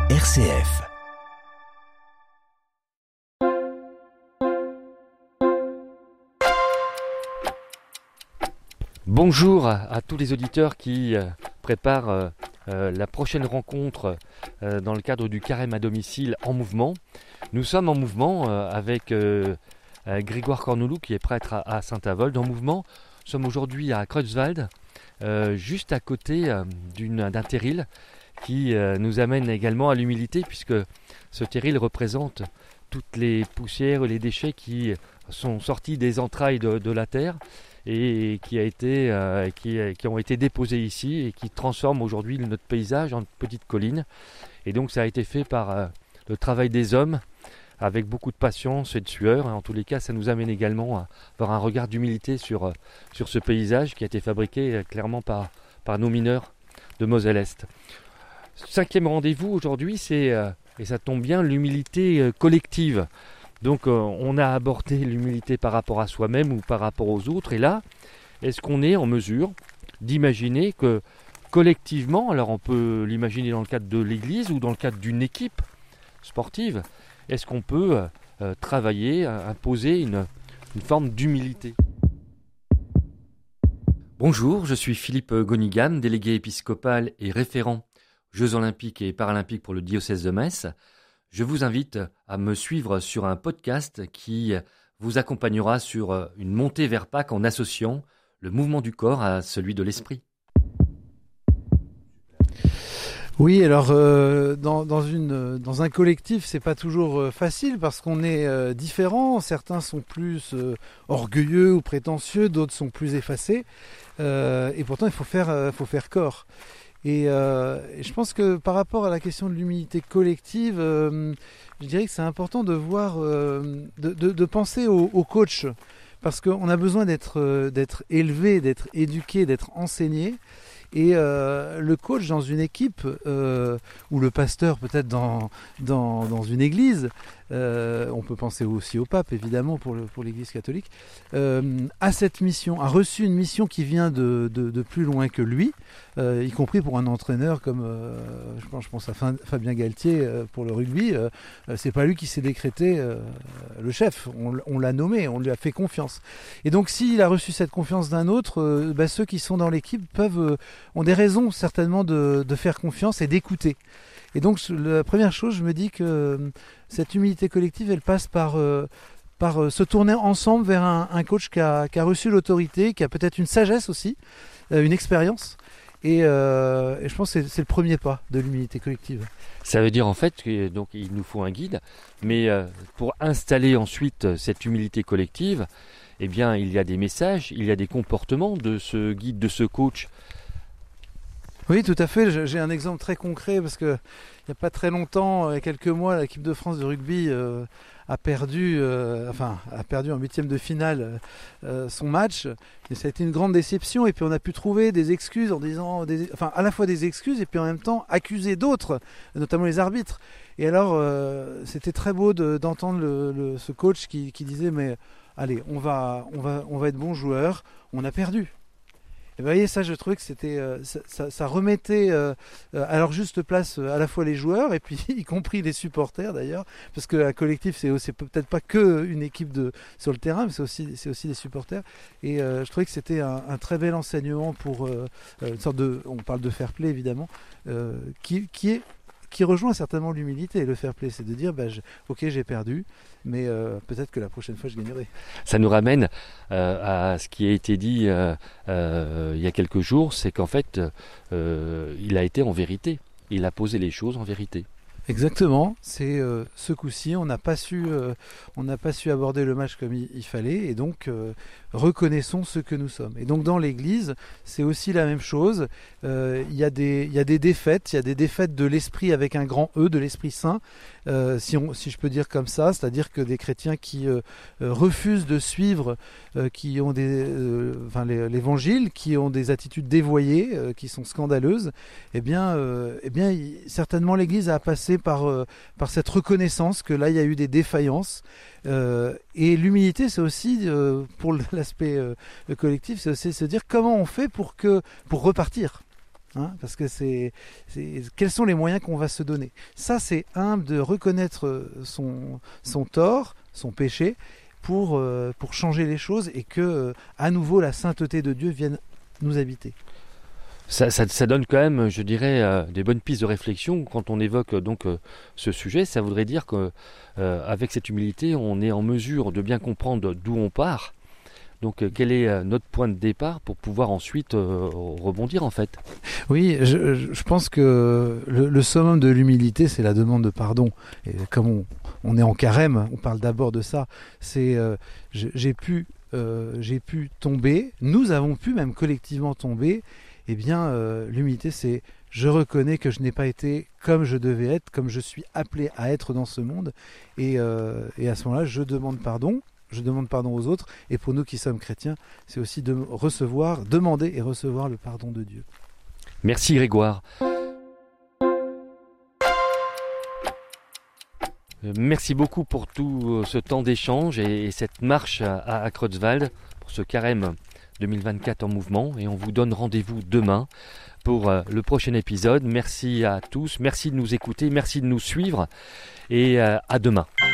RCF. Bonjour à tous les auditeurs qui préparent la prochaine rencontre dans le cadre du Carême à domicile en mouvement. Nous sommes en mouvement avec Grégoire Cornoulou qui est prêtre à Saint-Avold. En mouvement, nous sommes aujourd'hui à Creutzwald, juste à côté d'un terril qui nous amène également à l'humilité, puisque ce terril représente toutes les poussières et les déchets qui sont sortis des entrailles de la terre et qui ont été déposés ici et qui transforment aujourd'hui notre paysage en une petite colline. Et donc ça a été fait par le travail des hommes avec beaucoup de patience et de sueur. En tous les cas, ça nous amène également à avoir un regard d'humilité sur ce paysage qui a été fabriqué clairement par nos mineurs de Moselle-Est. 5e rendez-vous aujourd'hui, c'est, et ça tombe bien, l'humilité collective. Donc on a abordé l'humilité par rapport à soi-même ou par rapport aux autres. Et là, est-ce qu'on est en mesure d'imaginer que collectivement, alors on peut l'imaginer dans le cadre de l'église ou dans le cadre d'une équipe sportive, est-ce qu'on peut travailler, imposer une forme d'humilité ? Bonjour, je suis Philippe Gonigan, délégué épiscopal et référent Jeux olympiques et paralympiques pour le diocèse de Metz. Je vous invite à me suivre sur un podcast qui vous accompagnera sur une montée vers Pâques en associant le mouvement du corps à celui de l'esprit. Oui, alors dans un collectif, c'est pas toujours facile parce qu'on est différents. Certains sont plus orgueilleux ou prétentieux, d'autres sont plus effacés. Et pourtant, il faut faire corps. Et je pense que par rapport à la question de l'humilité collective, je dirais que c'est important de voir, de penser au coach, parce qu'on a besoin d'être élevé, d'être éduqué, d'être enseigné. Et le coach dans une équipe, ou le pasteur peut-être dans une église, on peut penser aussi au pape évidemment pour l'église catholique, a cette mission, a reçu une mission qui vient de plus loin que lui, y compris pour un entraîneur comme je pense à Fabien Galtier pour le rugby. C'est pas lui qui s'est décrété le chef, on l'a nommé, on lui a fait confiance. Et donc s'il a reçu cette confiance d'un autre, ceux qui sont dans l'équipe ont des raisons certainement de faire confiance et d'écouter. Et donc la première chose, je me dis que cette humilité collective, elle passe par se tourner ensemble vers un coach qui a reçu l'autorité, qui a peut-être une sagesse aussi, une expérience. Et je pense que c'est le premier pas de l'humilité collective. Ça veut dire en fait qu'il nous faut un guide, mais pour installer ensuite cette humilité collective, eh bien il y a des messages, il y a des comportements de ce guide, de ce coach. Oui, tout à fait. J'ai un exemple très concret parce que il n'y a pas très longtemps, il y a quelques mois, l'équipe de France de rugby a perdu en 8e de finale son match. Et ça a été une grande déception. Et puis on a pu trouver des excuses en disant, à la fois des excuses et puis en même temps accuser d'autres, notamment les arbitres. Et alors c'était très beau d'entendre ce coach qui disait mais allez, on va être bons joueurs. On a perdu. Et vous voyez, ça, je trouvais que c'était, ça remettait à leur juste place à la fois les joueurs et puis y compris les supporters d'ailleurs, parce que un collectif, c'est peut-être pas que une équipe sur le terrain, mais c'est aussi des supporters. Et je trouvais que c'était un très bel enseignement pour une sorte on parle de fair play évidemment, qui rejoint certainement l'humilité. Et le fair play, c'est de dire ok, j'ai perdu, mais peut-être que la prochaine fois je gagnerai. Ça nous ramène à ce qui a été dit il y a quelques jours, c'est qu'en fait il a été en vérité, il a posé les choses en vérité. Exactement, c'est ce coup-ci, on n'a pas su aborder le match comme il fallait, et donc reconnaissons ce que nous sommes. Et donc dans l'Église, c'est aussi la même chose. Il y a des défaites, il y a des défaites de l'esprit avec un grand E, de l'Esprit Saint, si je peux dire comme ça, c'est-à-dire que des chrétiens qui refusent de suivre, qui ont l'Évangile, qui ont des attitudes dévoyées, qui sont scandaleuses, certainement l'Église a passé par cette reconnaissance que là il y a eu des défaillances. Et l'humilité, c'est aussi, pour l'aspect collectif, c'est aussi se dire comment on fait pour repartir. parce que quels sont les moyens qu'on va se donner. Ça, c'est humble de reconnaître son tort, son péché, pour changer les choses et que, à nouveau, la sainteté de Dieu vienne nous habiter. Ça donne quand même, je dirais, des bonnes pistes de réflexion quand on évoque donc ce sujet. Ça voudrait dire qu'avec cette humilité, on est en mesure de bien comprendre d'où on part. Donc quel est notre point de départ pour pouvoir ensuite rebondir en fait? Oui, je pense que le summum de l'humilité, c'est la demande de pardon. Et comme on est en carême, on parle d'abord de ça. C'est j'ai pu tomber, nous avons pu même collectivement tomber. Eh bien, l'humilité, c'est je reconnais que je n'ai pas été comme je devais être, comme je suis appelé à être dans ce monde. Et à ce moment-là, je demande pardon aux autres. Et pour nous qui sommes chrétiens, c'est aussi demander et recevoir le pardon de Dieu. Merci Grégoire. Merci beaucoup pour tout ce temps d'échange et cette marche à Creutzwald, pour ce carême 2024 en mouvement, et on vous donne rendez-vous demain pour le prochain épisode. Merci à tous, merci de nous écouter, merci de nous suivre et à demain.